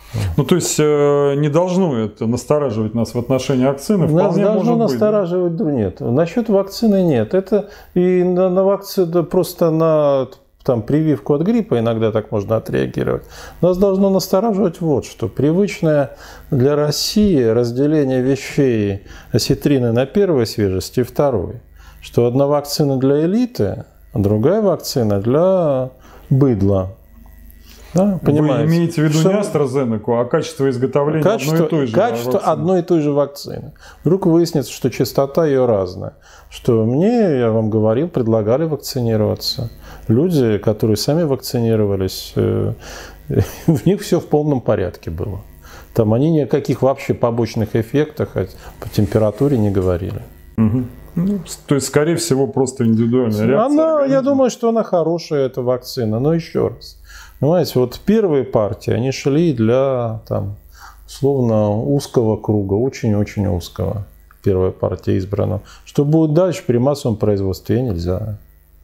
Ну, то есть, э, не должно это настораживать нас в отношении вакцины? Нас Вполне должно может настораживать, быть, да? Нет. Насчет вакцины нет. Это и на, на вакцину, просто на там, прививку от гриппа иногда так можно отреагировать. Нас должно настораживать вот что. Привычное для России разделение вещей осетрины на первой свежести и второй. Что одна вакцина для элиты, а другая вакцина для быдла. Да, понимаете? Вы имеете в виду что... не AstraZeneca, а качество изготовления качество, одной и той же качество вакцины. одной и той же вакцины. Вдруг выяснится, что частота ее разная. Что мне, я вам говорил, предлагали вакцинироваться. Люди, которые сами вакцинировались, в них все в полном порядке было. Там они ни о каких вообще побочных эффектах по температуре не говорили. Угу. Ну, то есть, скорее всего, просто индивидуальная реакция. Она, я думаю, что она хорошая, эта вакцина. Но еще раз. Понимаете, вот первые партии, они шли для, там, условно, узкого круга, очень-очень узкого. Первая партия избрана. Что будет дальше при массовом производстве, нельзя.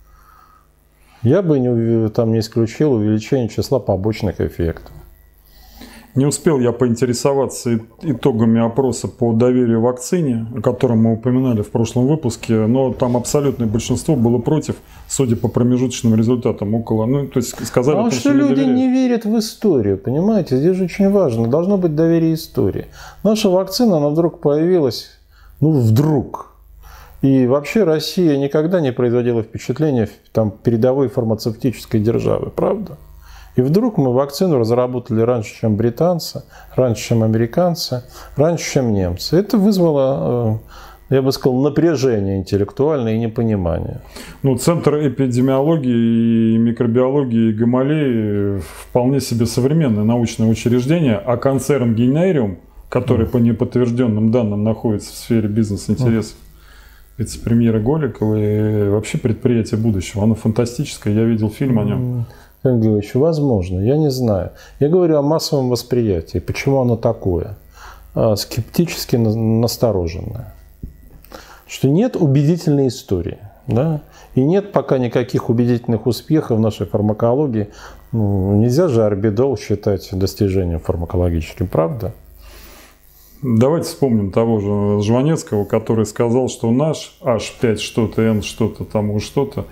Я бы не, там, не исключил увеличение числа побочных эффектов. Не успел я поинтересоваться итогами опроса по доверию вакцине, о котором мы упоминали в прошлом выпуске, но там абсолютное большинство было против, судя по промежуточным результатам, около, ну, то есть сказали... А том, что, что люди не, не верят в историю, понимаете? Здесь же очень важно, должно быть доверие истории. Наша вакцина, она вдруг появилась, ну, вдруг. И вообще Россия никогда не производила впечатления там, передовой фармацевтической державы, правда? И вдруг мы вакцину разработали раньше, чем британцы, раньше, чем американцы, раньше, чем немцы. Это вызвало, я бы сказал, напряжение интеллектуальное и непонимание. Ну, Центр эпидемиологии и микробиологии Гамалеи вполне себе современное научное учреждение, а концерн Генериум, который mm. по неподтвержденным данным находится в сфере бизнес-интересов mm. вице-премьера Голикова, и вообще предприятие будущего, оно фантастическое, я видел фильм о нем. Как говорю, возможно, я не знаю. Я говорю о массовом восприятии. Почему оно такое? Скептически настороженное. Что нет убедительной истории. Да? И нет пока никаких убедительных успехов в нашей фармакологии. Ну, нельзя же орбидол считать достижением фармакологическим, правда? Давайте вспомним того же Жванецкого, который сказал, что наш эйч пять что-то, N что-то, тому что-то,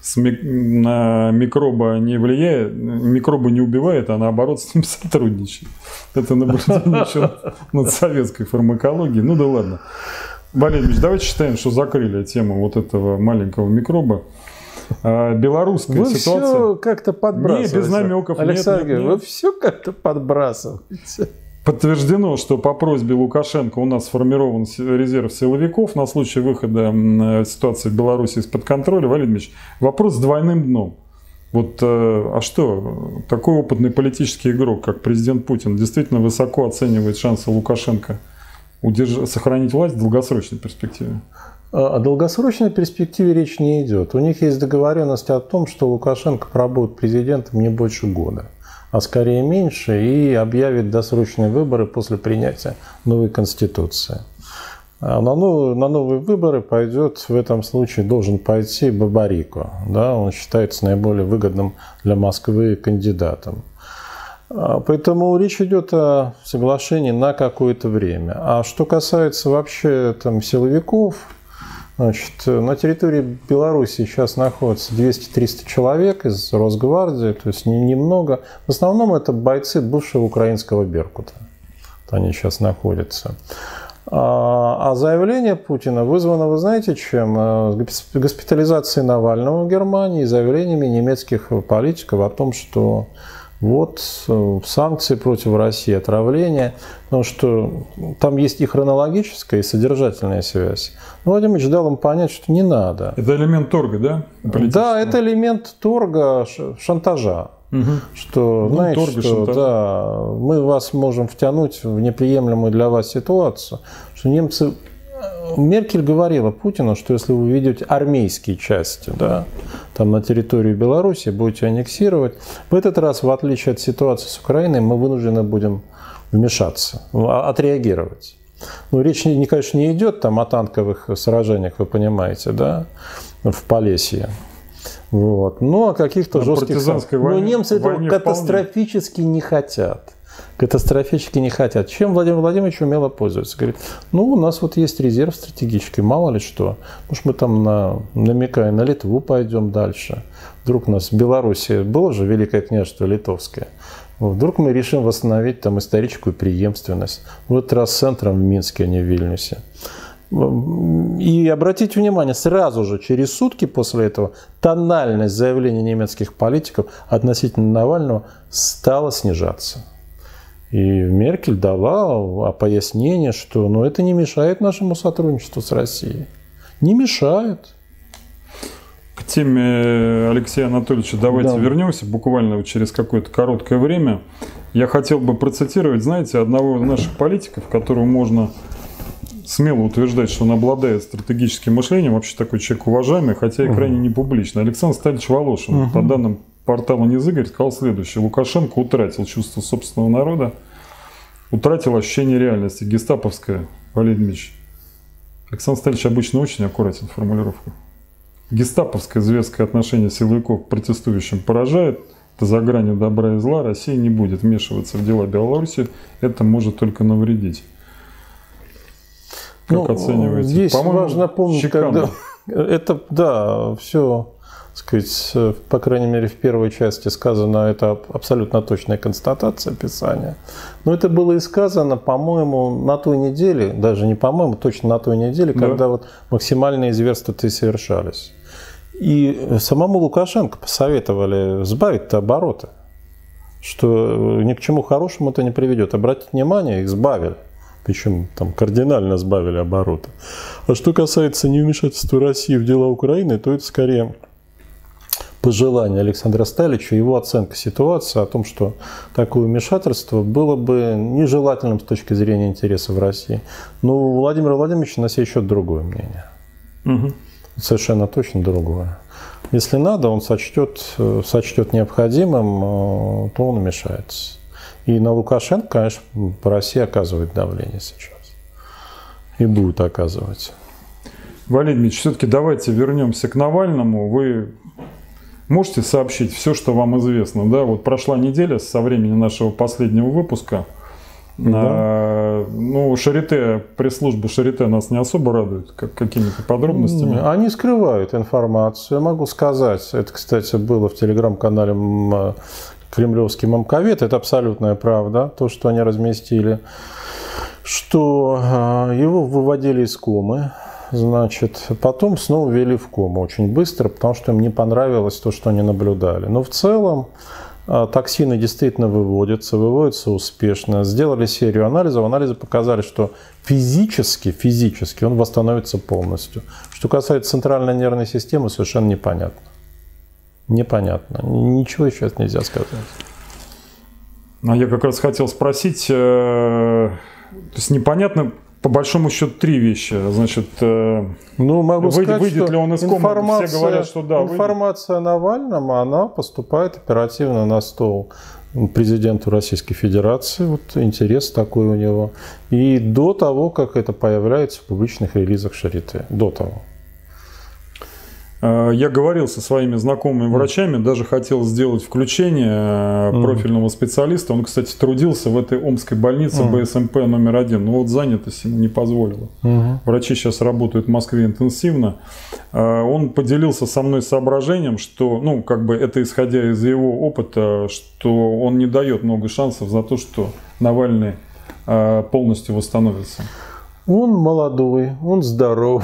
на микроба не влияет, микроба не убивает, а наоборот с ним сотрудничает. Это наблюдение еще над советской фармакологией. Ну да ладно. Валерий Ильич, давайте считаем, что закрыли тему вот этого маленького микроба. А белорусская вы ситуация... все как-то подбрасываете. Не, без намеков. Александр нет, нет, нет. Вы все как-то подбрасываете. Подтверждено, что по просьбе Лукашенко у нас сформирован резерв силовиков на случай выхода ситуации в Беларуси из-под контроля. Валерий Дмитриевич, вопрос с двойным дном. Вот, а что, такой опытный политический игрок, как президент Путин, действительно высоко оценивает шансы Лукашенко удерж... сохранить власть в долгосрочной перспективе? О долгосрочной перспективе речь не идет. У них есть договоренность о том, что Лукашенко пробудет президентом не больше года, а скорее меньше, и объявит досрочные выборы после принятия новой Конституции. А на, новые, на новые выборы пойдет, в этом случае должен пойти Бабарико. Да? Он считается наиболее выгодным для Москвы кандидатом. Поэтому речь идет о соглашении на какое-то время. А что касается вообще там, силовиков, значит, на территории Беларуси сейчас находится двести-триста человек из Росгвардии, то есть немного. В основном это бойцы бывшего украинского Беркута. Они сейчас находятся. А заявление Путина вызвано, вы знаете, чем? Госпитализацией Навального в Германии и заявлениями немецких политиков о том, что вот санкции против России, отравление, потому что там есть и хронологическая, и содержательная связь. Но Владимир Ильич дал им понять, что не надо. Это элемент торга, да? Да, это элемент торга, шантажа. Угу. Что, ну, знаете, торга, что да, мы вас можем втянуть в неприемлемую для вас ситуацию. Что немцы... Меркель говорила Путину, что если вы ведете армейские части, да, там на территорию Беларуси, будете аннексировать, в этот раз, в отличие от ситуации с Украиной, мы вынуждены будем вмешаться, отреагировать. Ну, речь, конечно, не идет там о танковых сражениях, вы понимаете, да, в Полесье. Вот. Но о каких-то жестких... Но немцы этого катастрофически не хотят. Катастрофически не хотят. Чем Владимир Владимирович умело пользуется? Говорит, ну, у нас вот есть резерв стратегический, мало ли что. Может, мы там, на, намекая на Литву, пойдем дальше. Вдруг у нас в Беларуси было же Великое княжество Литовское. Вдруг мы решим восстановить там историческую преемственность. В этот раз центром в Минске, а не в Вильнюсе. И обратите внимание, сразу же, через сутки после этого, тональность заявлений немецких политиков относительно Навального стала снижаться. И Меркель дала пояснение, что ну, это не мешает нашему сотрудничеству с Россией. Не мешает. К теме Алексея Анатольевича давайте да. вернемся буквально через какое-то короткое время. Я хотел бы процитировать, знаете, одного из наших политиков, которого можно смело утверждать, что он обладает стратегическим мышлением, вообще такой человек уважаемый, хотя и крайне не публичный. Александр Сталич Волошин, угу. по данным портала «Незыгорь», сказал следующее. Лукашенко утратил чувство собственного народа, утратил ощущение реальности. Гестаповская, Валерий Дмитриевич. Александр Сталич обычно очень аккуратен в формулировках. Гестаповское зверское отношение силовиков к протестующим поражает. Это за гранью добра и зла. Россия не будет вмешиваться в дела Беларуси. Это может только навредить. Как ну, оцениваете? Здесь важно помнить, когда это, да, все, так сказать, по крайней мере, в первой части сказано, это абсолютно точная констатация описания. Но это было и сказано, по-моему, на той неделе, даже не по-моему, точно на той неделе, да. когда вот максимальные зверства-то и совершались. И самому Лукашенко посоветовали сбавить-то обороты, что ни к чему хорошему это не приведет. Обратите внимание, их сбавили. Причем там кардинально сбавили обороты. А что касается невмешательства России в дела Украины, то это скорее пожелание Александра Сталича, его оценка ситуации о том, что такое вмешательство было бы нежелательным с точки зрения интересов России. Но у Владимира Владимировича на сей счет другое мнение. Угу. Совершенно точно другое. Если надо, он сочтет, сочтет необходимым, то он вмешается. И на Лукашенко, конечно, Россия оказывает давление сейчас. И будет оказывать. Валерий Дмитриевич, все-таки давайте вернемся к Навальному. Вы можете сообщить все, что вам известно? Да? Вот прошла неделя со времени нашего последнего выпуска. Да. А, ну, Шарите, пресс-служба Шарите нас не особо радует как, какими-то подробностями. Они скрывают информацию. Я могу сказать, это, кстати, было в телеграм-канале кремлевский Мамковед, это абсолютная правда, то, что они разместили, что его выводили из комы, значит, потом снова ввели в кому очень быстро, потому что им не понравилось то, что они наблюдали. Но в целом токсины действительно выводятся, выводятся успешно. Сделали серию анализов, анализы показали, что физически, физически он восстановится полностью. Что касается центральной нервной системы, совершенно непонятно. Непонятно. Ничего сейчас нельзя сказать. А я как раз хотел спросить, э, то есть непонятно, по большому счету, три вещи. Значит, э, ну, могу выйдет, сказать, выйдет что ли он из комы? Все говорят, что да. Информация о Навальном, она поступает оперативно на стол президенту Российской Федерации. Вот интерес такой у него. И до того, как это появляется в публичных релизах Шарите. До того. Я говорил со своими знакомыми врачами, даже хотел сделать включение профильного специалиста. Он, кстати, трудился в этой омской больнице бэ эс эм пэ номер один, но вот занятость ему не позволила. Врачи сейчас работают в Москве интенсивно. Он поделился со мной соображением, что, ну, как бы это исходя из его опыта, что он не дает много шансов за то, что Навальный полностью восстановится. Он молодой, он здоров.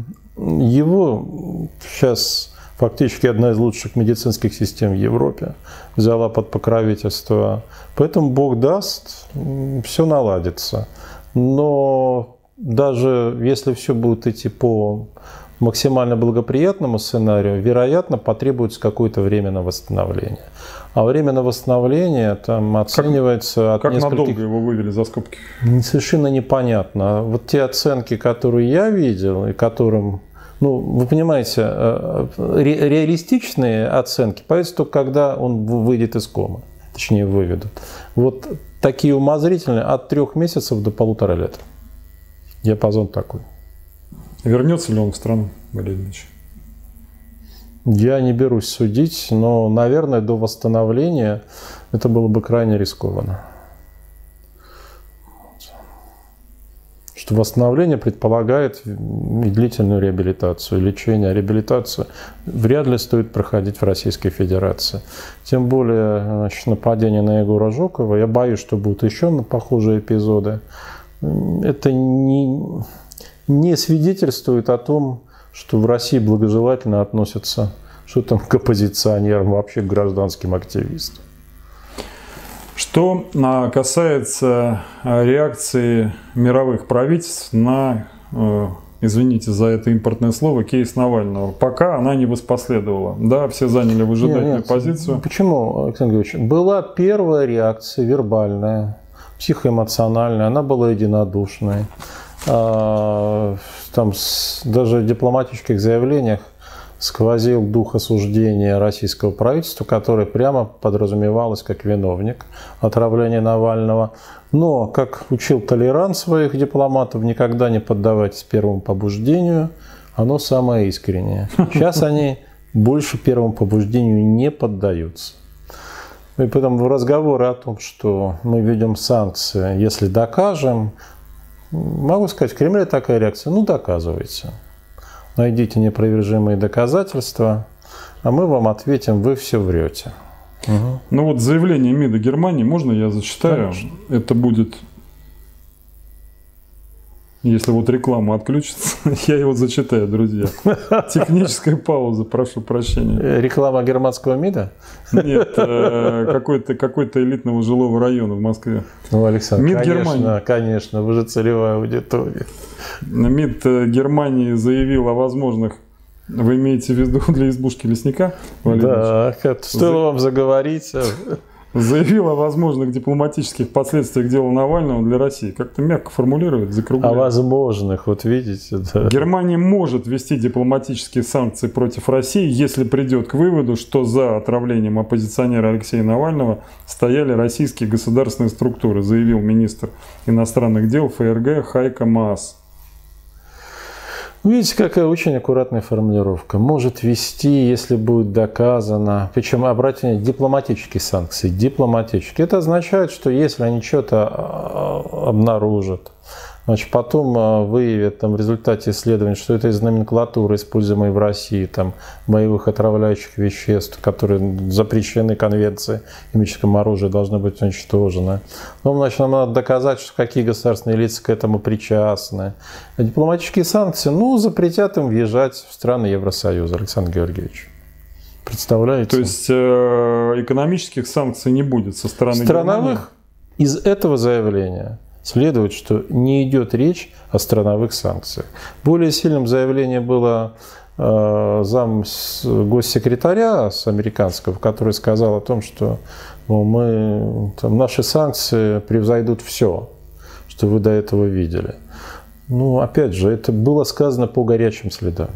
Его сейчас фактически одна из лучших медицинских систем в Европе взяла под покровительство. Поэтому Бог даст, все наладится. Но даже если все будет идти по максимально благоприятному сценарию, вероятно, потребуется какое-то время на восстановление. А время на восстановление там оценивается как, от как нескольких... надолго его вывели за скобки? Совершенно непонятно. Вот те оценки, которые я видел, и которым, ну, вы понимаете, ре реалистичные оценки появятся только когда он выйдет из комы, точнее выведут. Вот такие умозрительные от трех месяцев до полутора лет. Диапазон такой. Вернется ли он в страну, Валерий Ильич? Я не берусь судить, но, наверное, до восстановления это было бы крайне рискованно. что восстановление предполагает и длительную реабилитацию, лечение. Реабилитацию вряд ли стоит проходить в Российской Федерации. Тем более, значит, нападение на Егора Жукова. Я боюсь, что будут еще похожие эпизоды. Это не, не свидетельствует о том, что в России благожелательно относятся, что там, к оппозиционерам, вообще к гражданским активистам. Что касается реакции мировых правительств на, извините за это импортное слово, кейс Навального, пока она не воспоследовала. Да, все заняли выжидательную нет, нет. позицию. Почему, Александр Георгиевич? Была первая реакция вербальная, психоэмоциональная, она была единодушной. Там даже в дипломатических заявлениях сквозил дух осуждения российского правительства, которое прямо подразумевалось как виновник отравления Навального. Но, как учил Толеран своих дипломатов, никогда не поддавайтесь первому побуждению, оно самое искреннее. Сейчас они больше первому побуждению не поддаются. И потом разговоры о том, что мы ведем санкции, если докажем, могу сказать, в Кремле такая реакция, ну доказывайте. Найдите неопровержимые доказательства, а мы вам ответим, вы все врете. Угу. Ну вот заявление МИДа Германии, можно я зачитаю? Конечно. Это будет, если вот реклама отключится, я его зачитаю, друзья. Техническая пауза, прошу прощения. Реклама германского МИДа? Нет, какой-то какой-то элитного жилого района в Москве. Ну, Александр, МИД конечно, Германии. конечно, вы же целевая аудитория. МИД Германии заявил о возможных, вы имеете в виду для избушки лесника? Да, стоило вам заговорить. Заявил о возможных дипломатических последствиях дела Навального для России. Как-то мягко формулирует, закругляет. О возможных, вот видите. Да. Германия может ввести дипломатические санкции против России, если придет к выводу, что за отравлением оппозиционера Алексея Навального стояли российские государственные структуры, заявил министр иностранных дел ФРГ Хайко Маас. Видите, какая очень аккуратная формулировка. Может ввести, если будет доказано. Причем, обратите внимание, дипломатические санкции. Дипломатические. Это означает, что если они что-то обнаружат, значит, потом выявят там, в результате исследований, что это из номенклатуры, используемой в России, там, боевых отравляющих веществ, которые запрещены Конвенцией о химическом оружии, должны быть уничтожены. Ну, значит, нам надо доказать, что какие государственные лица к этому причастны. А дипломатические санкции, ну, запретят им въезжать в страны Евросоюза, Александр Георгиевич. Представляете? То есть э, экономических санкций не будет со стороны страновых Германии? Из этого заявления следует, что не идет речь о страновых санкциях. Более сильным заявлением было э, зам госсекретаря с американского, который сказал о том, что ну, мы, там, наши санкции превзойдут все, что вы до этого видели. Ну, опять же, это было сказано по горячим следам.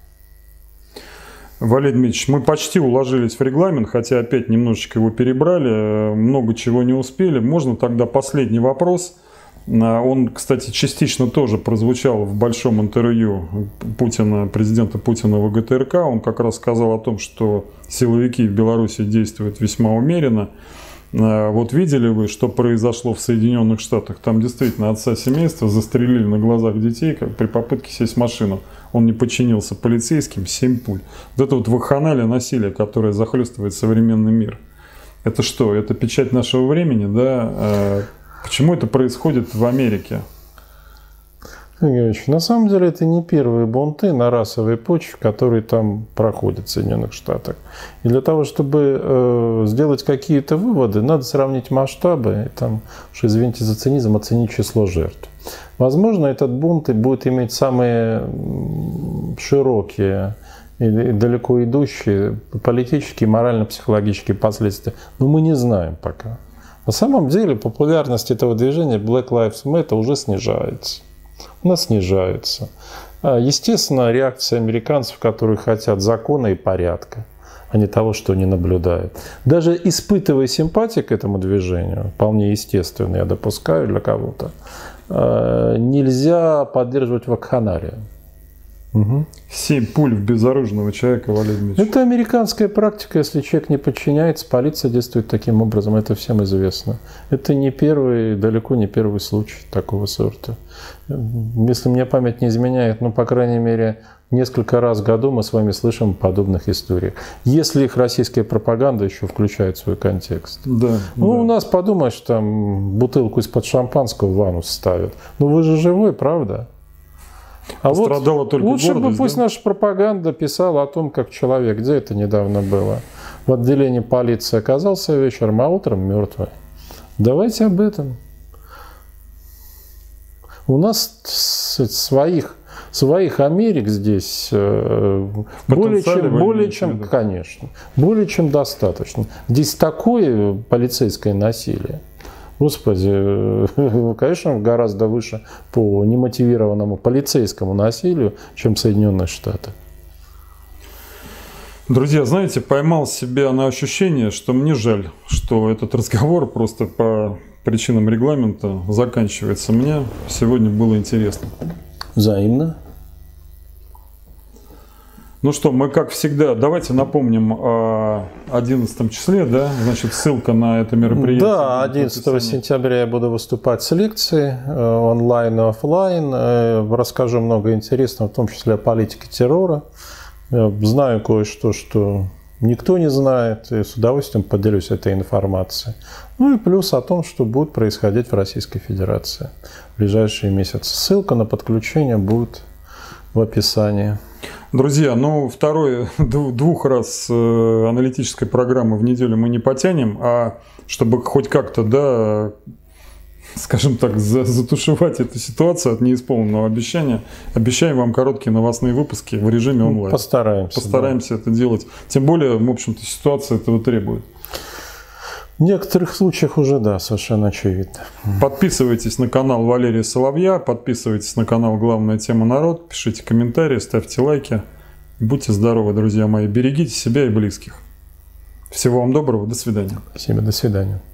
Валерий Дмитриевич, мы почти уложились в регламент, хотя опять немножечко его перебрали, много чего не успели. Можно тогда последний вопрос? Он, кстати, частично тоже прозвучал в большом интервью Путина, президента Путина в ВГТРК. Он как раз сказал о том, что силовики в Беларуси действуют весьма умеренно. Вот видели вы, что произошло в Соединенных Штатах? Там действительно отца семейства застрелили на глазах детей, как при попытке сесть в машину. Он не подчинился полицейским, семь пуль. Вот это вот вакханалия насилия, которое захлестывает современный мир. Это что? Это печать нашего времени, да? Почему это происходит в Америке? На самом деле это не первые бунты на расовой почве, которые там проходят в Соединенных Штатах. И для того, чтобы э, сделать какие-то выводы, надо сравнить масштабы, и там, уж извините за цинизм, оценить число жертв. Возможно, этот бунт будет иметь самые широкие и далеко идущие политические, морально-психологические последствия. Но мы не знаем пока. На самом деле популярность этого движения Black Lives Matter уже снижается. Она снижается. Естественно, реакция американцев, которые хотят закона и порядка, а не того, что они наблюдают. Даже испытывая симпатию к этому движению, вполне естественно, я допускаю для кого-то, нельзя поддерживать вакханалию. Угу. Семь пуль в безоружного человека, Валерий Дмитриевич. Это американская практика. Если человек не подчиняется, полиция действует таким образом. Это всем известно. Это не первый, далеко не первый случай такого сорта. Если мне память не изменяет, ну, по крайней мере, несколько раз в году мы с вами слышим о подобных историях. Если их российская пропаганда еще включает в свой контекст. Да, ну, да. У нас, подумаешь, там бутылку из-под шампанского в ванну ставят. Ну, вы же живой, правда? А вот только лучше гордость, бы пусть да? наша пропаганда писала о том, как человек, где это недавно было, в отделении полиции оказался вечером, а утром мертвый. Давайте об этом. У нас своих, своих Америк здесь более чем, более чем, конечно, более чем достаточно. Здесь такое полицейское насилие. Господи, конечно, гораздо выше по немотивированному полицейскому насилию, чем Соединенные Штаты. Друзья, знаете, поймал себя на ощущение, что мне жаль, что этот разговор просто по причинам регламента заканчивается. Мне сегодня было интересно. Взаимно. Ну что, мы, как всегда, давайте напомним о одиннадцатом числе, да, значит, ссылка на это мероприятие. Да, одиннадцатого сентября я буду выступать с лекцией онлайн и офлайн. Расскажу много интересного, в том числе о политике террора. Знаю кое-что, что никто не знает, и с удовольствием поделюсь этой информацией. Ну и плюс о том, что будет происходить в Российской Федерации в ближайшие месяцы. Ссылка на подключение будет в описании. Друзья, ну второй, двух раз э, аналитической программы в неделю мы не потянем, а чтобы хоть как-то, да, скажем так, за, затушевать эту ситуацию от неисполненного обещания, обещаем вам короткие новостные выпуски в режиме онлайн. Постараемся. Постараемся да. это делать. Тем более, в общем-то, ситуация этого требует. В некоторых случаях уже, да, совершенно очевидно. Подписывайтесь на канал Валерия Соловья, подписывайтесь на канал «Главная тема народ», пишите комментарии, ставьте лайки. Будьте здоровы, друзья мои, берегите себя и близких. Всего вам доброго, до свидания. Спасибо, до свидания.